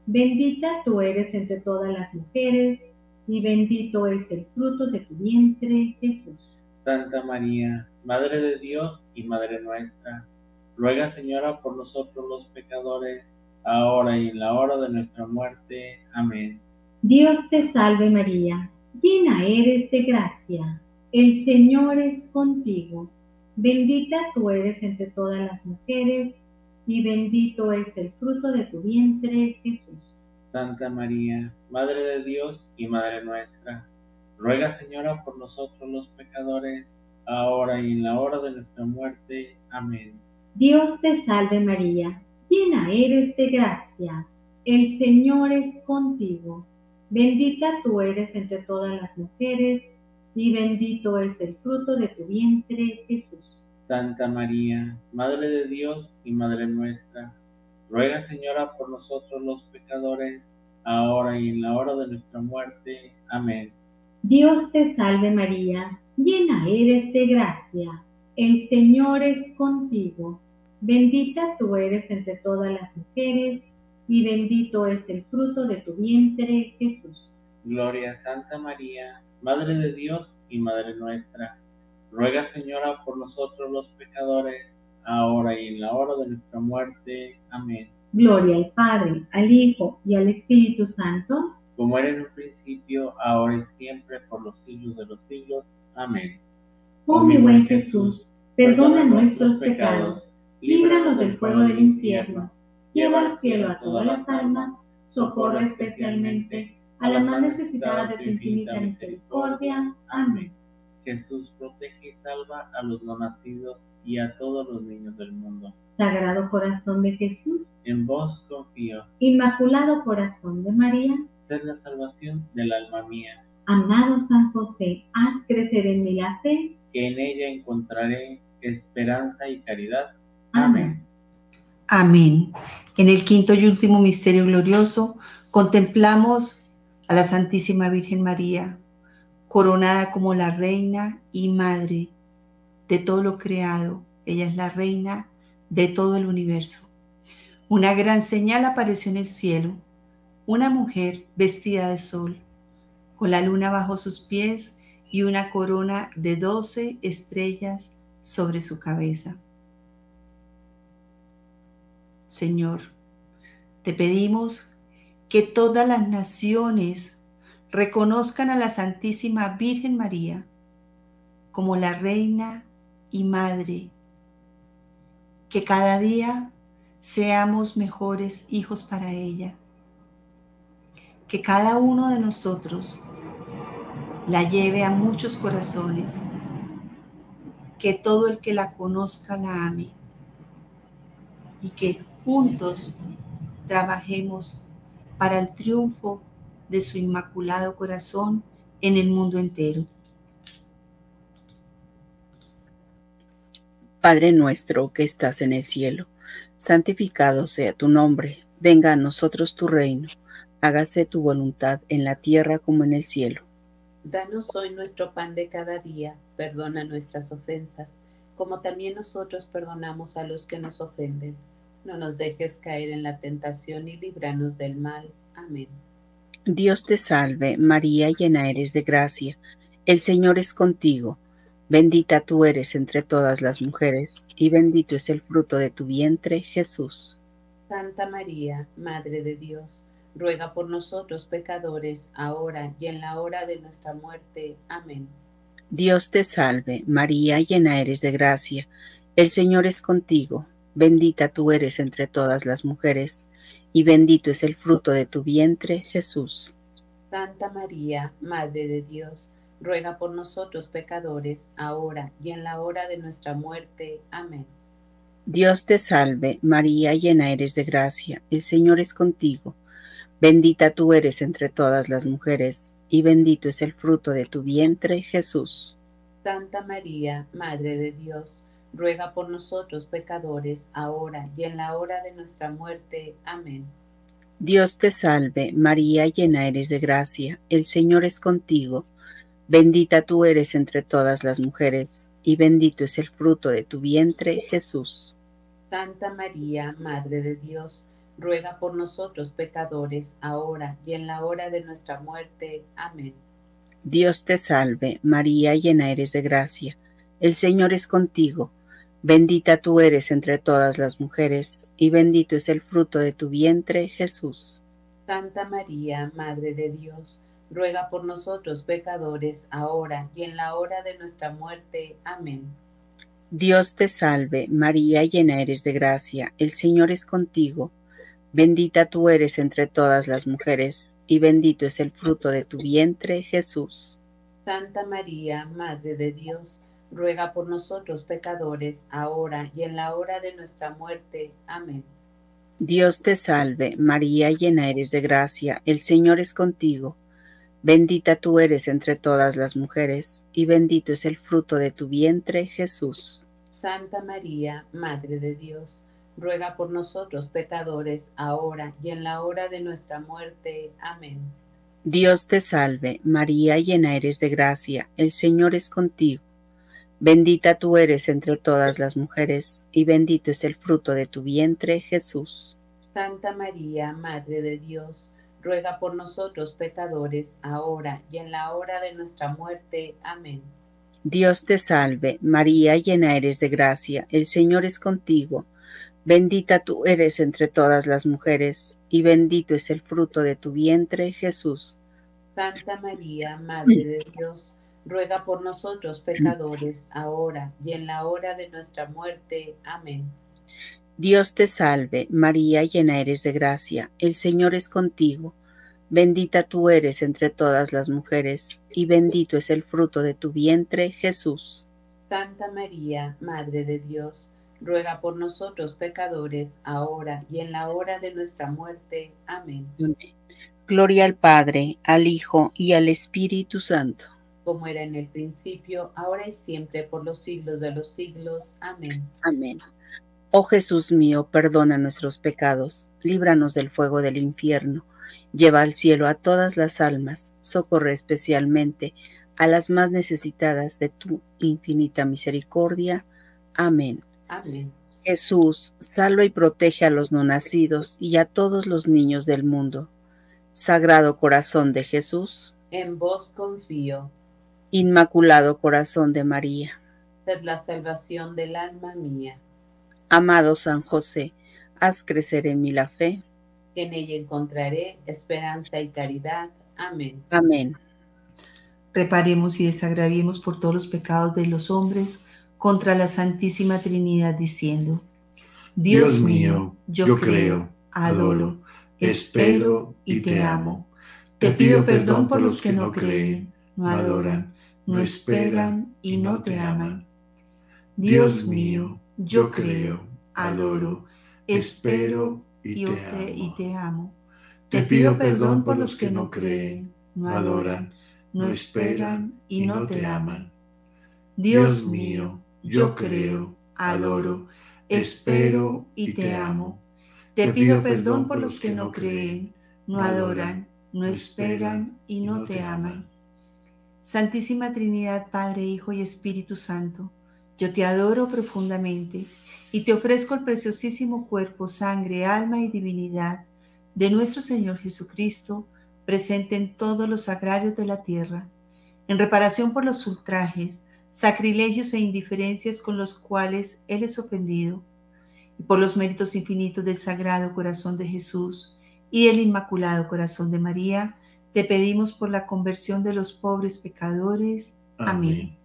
Bendita tú eres entre todas las mujeres, y bendito es el fruto de tu vientre, Jesús. Santa María, Madre de Dios y Madre nuestra, ruega, Señora, por nosotros los pecadores, ahora y en la hora de nuestra muerte. Amén. Dios te salve María, llena eres de gracia, el Señor es contigo. Bendita tú eres entre todas las mujeres, y bendito es el fruto de tu vientre, Jesús. Santa María, Madre de Dios y Madre nuestra, ruega, Señora, por nosotros los pecadores, ahora y en la hora de nuestra muerte. Amén. Dios te salve María, llena eres de gracia, el Señor es contigo. Bendita tú eres entre todas las mujeres, y bendito es el fruto de tu vientre, Jesús. Santa María, Madre de Dios y Madre nuestra, ruega, Señora, por nosotros los pecadores, ahora y en la hora de nuestra muerte. Amén. Dios te salve María, llena eres de gracia, el Señor es contigo. Bendita tú eres entre todas las mujeres, y bendito es el fruto de tu vientre, Jesús. Gloria a Santa María, Madre de Dios y Madre nuestra, ruega, Señora, por nosotros los pecadores, ahora y en la hora de nuestra muerte. Amén. Gloria al Padre, al Hijo y al Espíritu Santo, como era en un principio, ahora y siempre, por los siglos de los siglos. Amén. Oh mi buen Jesús, perdona nuestros pecados, líbranos del fuego del infierno, lleva al cielo a todas las almas, socorre especialmente a las más necesitadas de tu infinita misericordia. Amén. Jesús, protege y salva a los no nacidos y a todos los niños del mundo. Sagrado corazón de Jesús, en vos confío. Inmaculado corazón de María, sed la salvación del alma mía. Amado San José, haz crecer en mí la fe, que en ella encontraré esperanza y caridad. Amén. Amén. En el quinto y último misterio glorioso contemplamos a la Santísima Virgen María, coronada como la reina y madre de todo lo creado. Ella es la reina de todo el universo. Una gran señal apareció en el cielo, una mujer vestida de sol, con la luna bajo sus pies y una corona de doce estrellas sobre su cabeza. Señor, te pedimos que todas las naciones reconozcan a la Santísima Virgen María como la reina y madre, que cada día seamos mejores hijos para ella, que cada uno de nosotros la lleve a muchos corazones, que todo el que la conozca la ame y que juntos trabajemos para el triunfo de su inmaculado corazón en el mundo entero. Padre nuestro que estás en el cielo, santificado sea tu nombre, venga a nosotros tu reino, hágase tu voluntad en la tierra como en el cielo. Danos hoy nuestro pan de cada día, perdona nuestras ofensas, como también nosotros perdonamos a los que nos ofenden. No nos dejes caer en la tentación y líbranos del mal. Amén. Dios te salve, María, llena eres de gracia, el Señor es contigo. Bendita tú eres entre todas las mujeres, y bendito es el fruto de tu vientre, Jesús. Santa María, Madre de Dios, ruega por nosotros pecadores, ahora y en la hora de nuestra muerte. Amén. Dios te salve, María, llena eres de gracia, el Señor es contigo. Bendita tú eres entre todas las mujeres, y bendito es el fruto de tu vientre, Jesús. Santa María, Madre de Dios, ruega por nosotros pecadores, ahora y en la hora de nuestra muerte. Amén. Dios te salve, María, llena eres de gracia, el Señor es contigo. Bendita tú eres entre todas las mujeres, y bendito es el fruto de tu vientre, Jesús. Santa María, Madre de Dios, ruega por nosotros pecadores, ahora y en la hora de nuestra muerte. Amén. Dios te salve, María, llena eres de gracia, el Señor es contigo. Bendita tú eres entre todas las mujeres, y bendito es el fruto de tu vientre, Jesús. Santa María, Madre de Dios, ruega por nosotros pecadores, ahora y en la hora de nuestra muerte. Amén. Dios te salve, María, llena eres de gracia. El Señor es contigo. Bendita tú eres entre todas las mujeres, y bendito es el fruto de tu vientre, Jesús. Santa María, Madre de Dios, ruega por nosotros pecadores, ahora y en la hora de nuestra muerte. Amén. Dios te salve, María, llena eres de gracia. El Señor es contigo. Bendita tú eres entre todas las mujeres, y bendito es el fruto de tu vientre, Jesús. Santa María, Madre de Dios, ruega por nosotros pecadores, ahora y en la hora de nuestra muerte. Amén. Dios te salve, María, llena eres de gracia. El Señor es contigo. Bendita tú eres entre todas las mujeres, y bendito es el fruto de tu vientre, Jesús. Santa María, Madre de Dios, ruega por nosotros pecadores, ahora y en la hora de nuestra muerte. Amén. Dios te salve, María, llena eres de gracia. El Señor es contigo. Bendita tú eres entre todas las mujeres, y bendito es el fruto de tu vientre, Jesús. Santa María, Madre de Dios, ruega por nosotros pecadores, ahora y en la hora de nuestra muerte. Amén. Dios te salve, María, llena eres de gracia. El Señor es contigo. Bendita tú eres entre todas las mujeres, y bendito es el fruto de tu vientre, Jesús. Santa María, Madre de Dios, ruega por nosotros pecadores, ahora y en la hora de nuestra muerte. Amén. Dios te salve, María, llena eres de gracia. El Señor es contigo. Bendita tú eres entre todas las mujeres, y bendito es el fruto de tu vientre, Jesús. Santa María, Madre de Dios, ruega por nosotros pecadores, ahora y en la hora de nuestra muerte. Amén. Amén. Gloria al Padre, al Hijo y al Espíritu Santo. Como era en el principio, ahora y siempre, por los siglos de los siglos. Amén. Amén. Oh Jesús mío, perdona nuestros pecados, líbranos del fuego del infierno, lleva al cielo a todas las almas, socorre especialmente a las más necesitadas de tu infinita misericordia. Amén. Amén. Jesús, salva y protege a los no nacidos y a todos los niños del mundo. Sagrado Corazón de Jesús, en vos confío. Inmaculado Corazón de María, sed la salvación del alma mía. Amado San José, haz crecer en mí la fe, que en ella encontraré esperanza y caridad. Amén. Amén. Reparemos y desagraviemos por todos los pecados de los hombres contra la Santísima Trinidad, diciendo: Dios, Dios mío, yo, yo creo, adoro, espero y te amo. Te pido perdón por los que no creen, no adoran, no esperan y no te aman. Dios mío, yo creo, adoro, espero y te amo. Y te amo. Te pido perdón por los que no creen, no adoran, no esperan y no te aman. Dios mío, yo creo, adoro, espero y te amo. Te pido perdón por los que no creen, no adoran, no esperan y no te aman. Santísima Trinidad, Padre, Hijo y Espíritu Santo, yo te adoro profundamente y te ofrezco el preciosísimo cuerpo, sangre, alma y divinidad de nuestro Señor Jesucristo, presente en todos los sagrarios de la tierra, en reparación por los ultrajes, sacrilegios e indiferencias con los cuales Él es ofendido, y por los méritos infinitos del Sagrado Corazón de Jesús y del Inmaculado Corazón de María, te pedimos por la conversión de los pobres pecadores. Amén. Amén.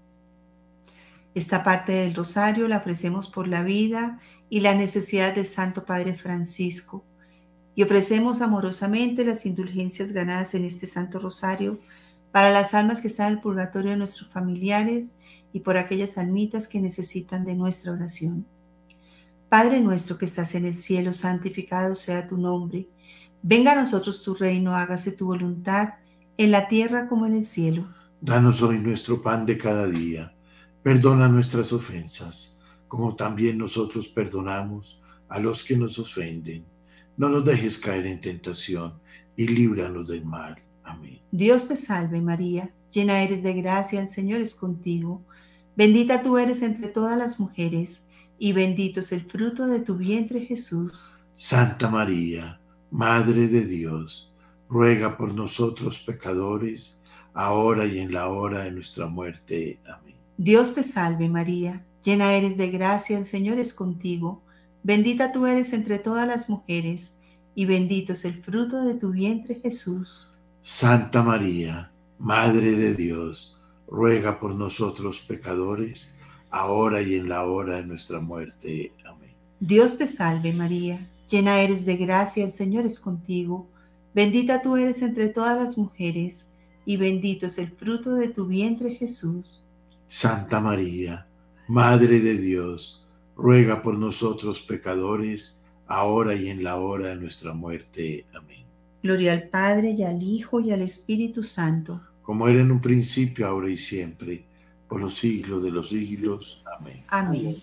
Esta parte del rosario la ofrecemos por la vida y la necesidad del Santo Padre Francisco, y ofrecemos amorosamente las indulgencias ganadas en este Santo Rosario para las almas que están en el purgatorio de nuestros familiares y por aquellas almitas que necesitan de nuestra oración. Padre nuestro que estás en el cielo, santificado sea tu nombre. Venga a nosotros tu reino, hágase tu voluntad, en la tierra como en el cielo. Danos hoy nuestro pan de cada día. Perdona nuestras ofensas, como también nosotros perdonamos a los que nos ofenden. No nos dejes caer en tentación y líbranos del mal. Amén. Dios te salve María, llena eres de gracia, el Señor es contigo. Bendita tú eres entre todas las mujeres, y bendito es el fruto de tu vientre Jesús. Santa María, Madre de Dios, ruega por nosotros pecadores, ahora y en la hora de nuestra muerte. Amén. Dios te salve María, llena eres de gracia, el Señor es contigo, bendita tú eres entre todas las mujeres, y bendito es el fruto de tu vientre Jesús. Santa María, Madre de Dios, ruega por nosotros pecadores, ahora y en la hora de nuestra muerte. Amén. Dios te salve María, llena eres de gracia, el Señor es contigo, bendita tú eres entre todas las mujeres, y bendito es el fruto de tu vientre Jesús. Santa María, Madre de Dios, ruega por nosotros pecadores, ahora y en la hora de nuestra muerte. Amén. Gloria al Padre, y al Hijo, y al Espíritu Santo. Como era en un principio, ahora y siempre, por los siglos de los siglos. Amén. Amén.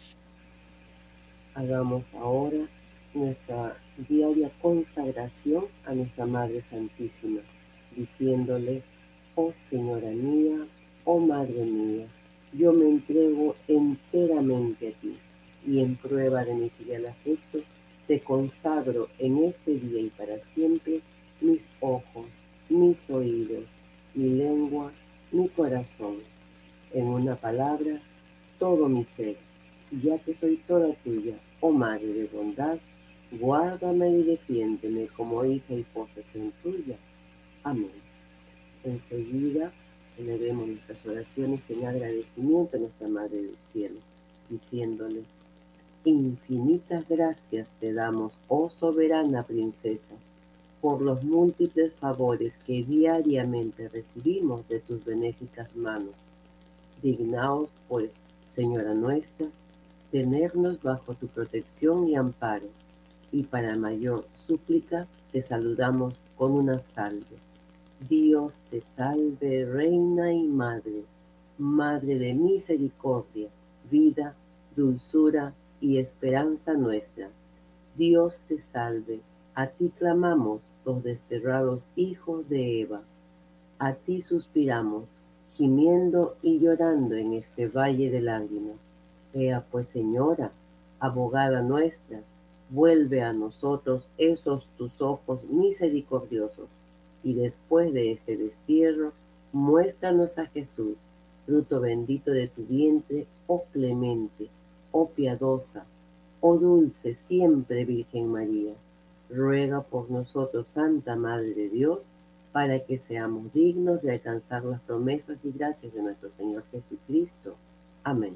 Hagamos ahora nuestra diaria consagración a nuestra Madre Santísima, diciéndole: oh Señora mía, oh Madre mía, yo me entrego enteramente a ti, y en prueba de mi fiel afecto, te consagro en este día y para siempre mis ojos, mis oídos, mi lengua, mi corazón, en una palabra, todo mi ser. Ya que soy toda tuya, oh Madre de bondad, guárdame y defiéndeme como hija y posesión tuya. Amén. Enseguida elevemos nuestras oraciones en agradecimiento a nuestra Madre del Cielo, diciéndole: infinitas gracias te damos, oh soberana princesa, por los múltiples favores que diariamente recibimos de tus benéficas manos. Dignaos, pues, Señora nuestra, tenernos bajo tu protección y amparo, y para mayor súplica te saludamos con una salve. Dios te salve, Reina y Madre, Madre de misericordia, vida, dulzura y esperanza nuestra. Dios te salve, a ti clamamos los desterrados hijos de Eva, a ti suspiramos, gimiendo y llorando en este valle de lágrimas. Ea pues, Señora, abogada nuestra, vuelve a nosotros esos tus ojos misericordiosos, y después de este destierro, muéstranos a Jesús, fruto bendito de tu vientre, oh clemente, oh piadosa, oh dulce siempre Virgen María. Ruega por nosotros, Santa Madre de Dios, para que seamos dignos de alcanzar las promesas y gracias de nuestro Señor Jesucristo. Amén.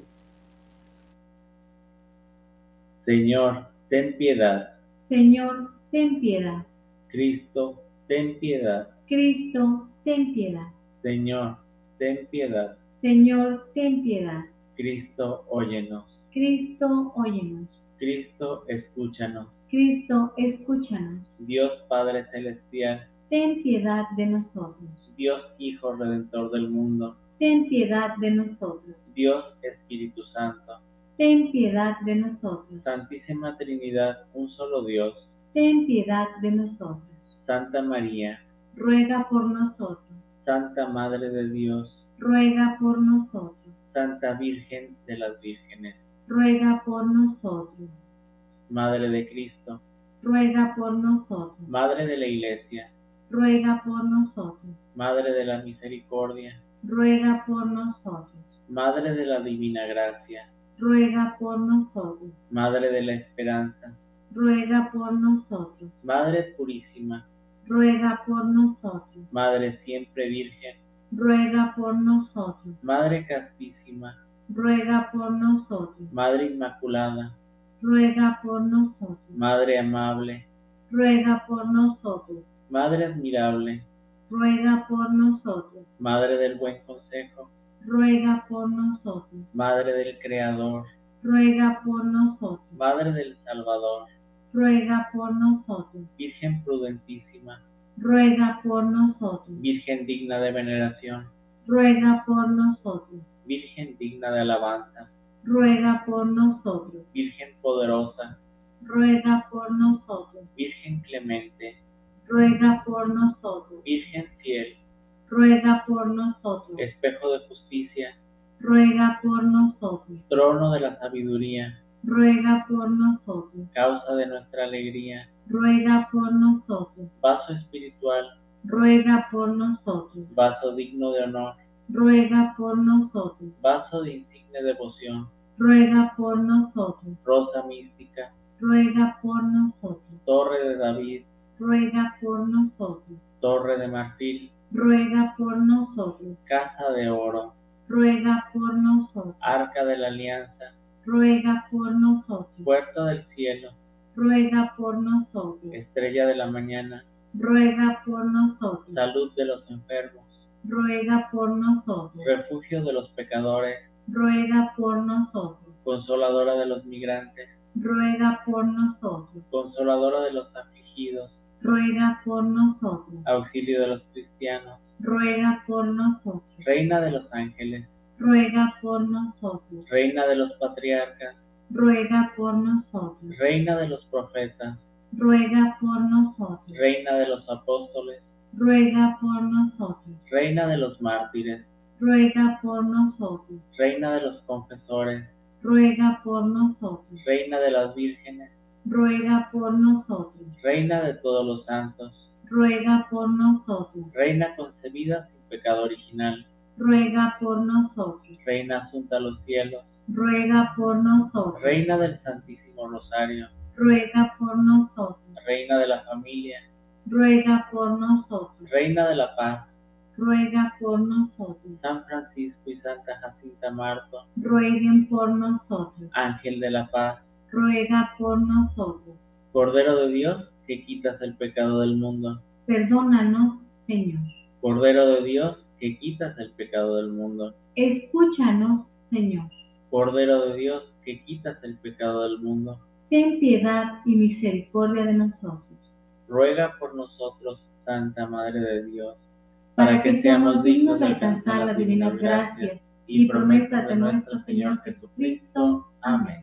Señor, ten piedad. Señor, ten piedad. Cristo, ten piedad. Cristo, ten piedad. Señor, ten piedad. Señor, ten piedad. Cristo, óyenos. Cristo, óyenos. Cristo, escúchanos. Cristo, escúchanos. Dios Padre Celestial, ten piedad de nosotros. Dios Hijo Redentor del mundo, ten piedad de nosotros. Dios Espíritu Santo, ten piedad de nosotros. Santísima Trinidad, un solo Dios, ten piedad de nosotros. Santa María, ruega por nosotros. Santa Madre de Dios, ruega por nosotros. Santa Virgen de las Vírgenes, ruega por nosotros. Madre de Cristo, ruega por nosotros. Madre de la Iglesia, ruega por nosotros. Madre de la Misericordia, ruega por nosotros. Madre de la Divina Gracia, ruega por nosotros. Madre de la Esperanza, ruega por nosotros. Madre Purísima, ruega por nosotros. Madre Siempre Virgen, ruega por nosotros. Madre Castísima, ruega por nosotros. Madre Inmaculada, ruega por nosotros. Madre Amable, ruega por nosotros. Madre Admirable, ruega por nosotros. Madre del Buen Consejo, ruega por nosotros. Madre del Creador, ruega por nosotros. Madre del Salvador, ruega por nosotros. Virgen prudentísima, ruega por nosotros. Virgen digna de veneración, ruega por nosotros. Virgen digna de alabanza, ruega por nosotros. Virgen poderosa, ruega por nosotros. Virgen clemente, ruega por nosotros. Virgen fiel, ruega por nosotros. espejo de justicia, ruega por nosotros. trono de la sabiduría, ruega por nosotros. Causa de nuestra alegría, Ruega por nosotros. vaso espiritual, Ruega por nosotros. vaso digno de honor, Ruega por nosotros. vaso de insigne devoción, Ruega por nosotros. rosa mística, Ruega por nosotros. torre de David, Ruega por nosotros. torre de marfil, Ruega por nosotros. casa de oro, Ruega por nosotros. arca de la alianza, Ruega por nosotros. puerta del cielo, Ruega por nosotros. estrella de la mañana, Ruega por nosotros. salud de los enfermos, Ruega por nosotros. refugio de los pecadores, Ruega por nosotros. consoladora de los migrantes, Ruega por nosotros. consoladora de los afligidos, Ruega por nosotros. auxilio de los cristianos, Ruega por nosotros. reina de los ángeles, Ruega por nosotros. reina de los patriarcas, Ruega por nosotros. reina de los profetas, Ruega por nosotros. reina de los apóstoles, Ruega por nosotros. reina de los mártires, Ruega por nosotros. reina de los confesores, Ruega por nosotros. reina de las vírgenes, Ruega por nosotros. reina de todos los santos, Ruega por nosotros. reina concebida sin pecado original, Ruega por nosotros. reina asunta a los cielos, Ruega por nosotros. reina del Santísimo Rosario, Ruega por nosotros. reina de la familia, Ruega por nosotros. reina de la paz, Ruega por nosotros. San Francisco y Santa Jacinta Marto, Rueguen por nosotros. ángel de la paz, Ruega por nosotros. Cordero de Dios, que quitas el pecado del mundo, Perdónanos, Señor. Cordero de Dios, que quitas el pecado del mundo, Escúchanos, Señor. Cordero de Dios, que quitas el pecado del mundo, Ten piedad y misericordia de nosotros, ruega por nosotros, Santa Madre de Dios, para que seamos dignos de alcanzar las divinas gracias y promesas de nuestro Señor Jesucristo. Amén.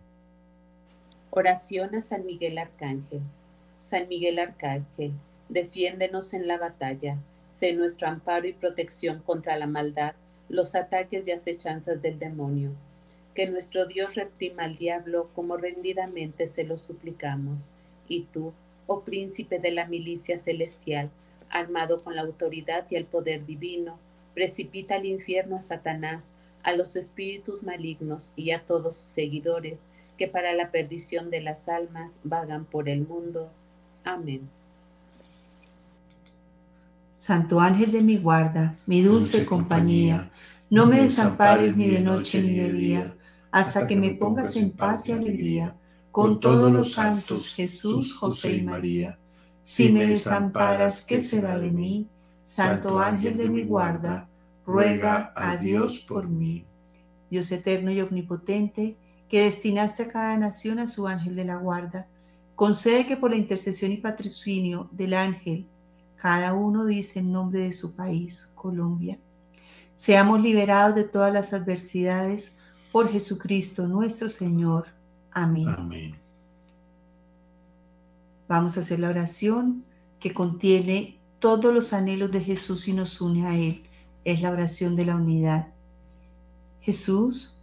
Oración a San Miguel Arcángel. San Miguel Arcángel, defiéndenos en la batalla, sé nuestro amparo y protección contra la maldad, los ataques y acechanzas del demonio. Que nuestro Dios reprima al diablo como rendidamente se lo suplicamos. Y tú, oh príncipe de la milicia celestial, armado con la autoridad y el poder divino, precipita al infierno a Satanás, a los espíritus malignos y a todos sus seguidores, que para la perdición de las almas vagan por el mundo. Amén. Santo ángel de mi guarda, mi dulce, dulce compañía, compañía, no me desampares ni de noche ni de día, hasta que me pongas en paz y alegría, con todos los santos, Jesús, José y María. Si me desamparas, ¿qué será de mí? Santo ángel de mi guarda, ruega a Dios por mí. Dios eterno y omnipotente, que destinaste a cada nación a su ángel de la guarda, concede que por la intercesión y patrocinio del ángel, cada uno dice en nombre de su país, Colombia, seamos liberados de todas las adversidades por Jesucristo nuestro Señor. Amén. Amén. Vamos a hacer la oración que contiene todos los anhelos de Jesús y nos une a Él. Es la oración de la unidad. Jesús,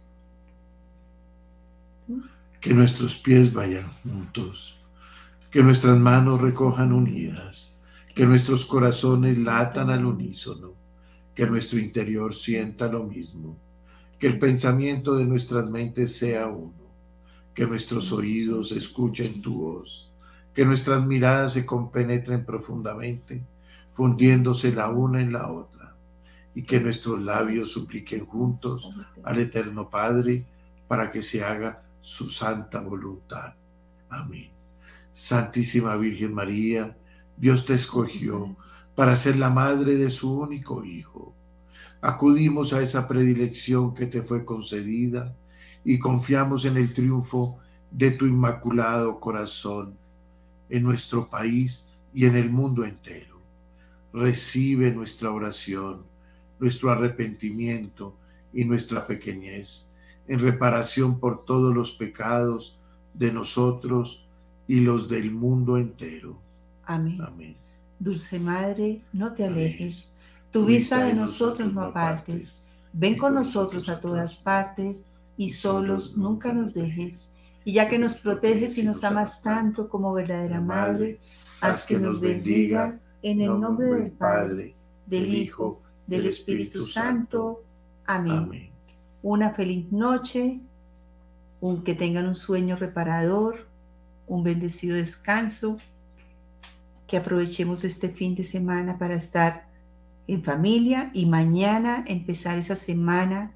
que nuestros pies vayan juntos, que nuestras manos recojan unidas, que nuestros corazones latan al unísono, que nuestro interior sienta lo mismo, que el pensamiento de nuestras mentes sea uno, que nuestros oídos escuchen tu voz, que nuestras miradas se compenetren profundamente, fundiéndose la una en la otra, y que nuestros labios supliquen juntos al Eterno Padre para que se haga su santa voluntad. Amén. Santísima Virgen María, Dios te escogió para ser la madre de su único Hijo. Acudimos a esa predilección que te fue concedida y confiamos en el triunfo de tu inmaculado corazón en nuestro país y en el mundo entero. Recibe nuestra oración, nuestro arrepentimiento y nuestra pequeñez en reparación por todos los pecados de nosotros y los del mundo entero. Amén. Amén. Dulce Madre, no te alejes, tu vista de nosotros no apartes, ven con nosotros a todas partes y solos nunca nos dejes. Y ya que nos proteges y nos amas tanto como verdadera Madre, haz que nos bendiga en el nombre del Padre, del Hijo, del Espíritu Santo. Amén. Amén. Una feliz noche, un, que tengan un sueño reparador, un bendecido descanso, que aprovechemos este fin de semana para estar en familia y mañana empezar esa semana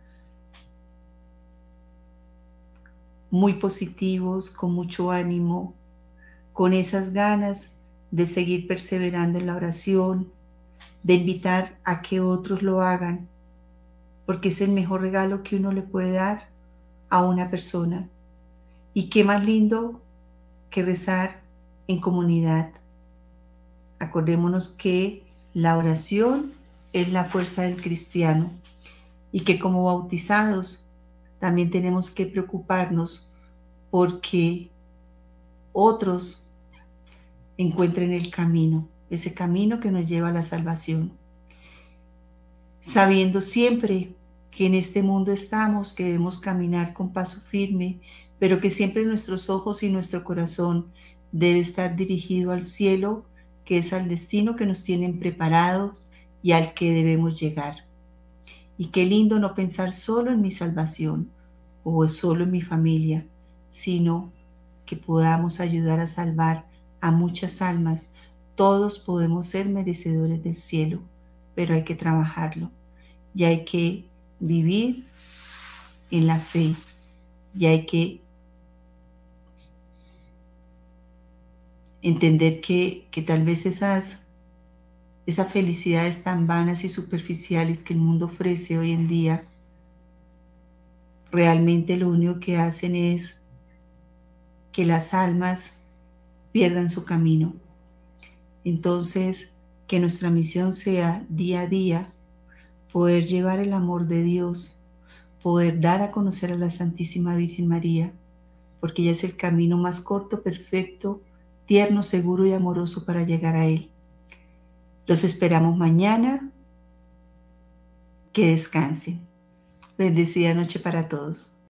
muy positivos, con mucho ánimo, con esas ganas de seguir perseverando en la oración, de invitar a que otros lo hagan, porque es el mejor regalo que uno le puede dar a una persona. Y qué más lindo que rezar en comunidad. Acordémonos que la oración es la fuerza del cristiano y que como bautizados también tenemos que preocuparnos porque otros encuentren el camino, ese camino que nos lleva a la salvación. Sabiendo siempre que en este mundo estamos, que debemos caminar con paso firme, pero que siempre nuestros ojos y nuestro corazón debe estar dirigido al cielo, que es al destino que nos tienen preparados y al que debemos llegar. Y qué lindo no pensar solo en mi salvación o solo en mi familia, sino que podamos ayudar a salvar a muchas almas. Todos podemos ser merecedores del cielo, pero hay que trabajarlo y hay que vivir en la fe y hay que entender que, que tal vez esas, esas felicidades tan vanas y superficiales que el mundo ofrece hoy en día, realmente lo único que hacen es que las almas pierdan su camino. Entonces, que nuestra misión sea día a día poder llevar el amor de Dios, poder dar a conocer a la Santísima Virgen María, porque ella es el camino más corto, perfecto, tierno, seguro y amoroso para llegar a Él. Los esperamos mañana. Que descansen. Bendecida noche para todos.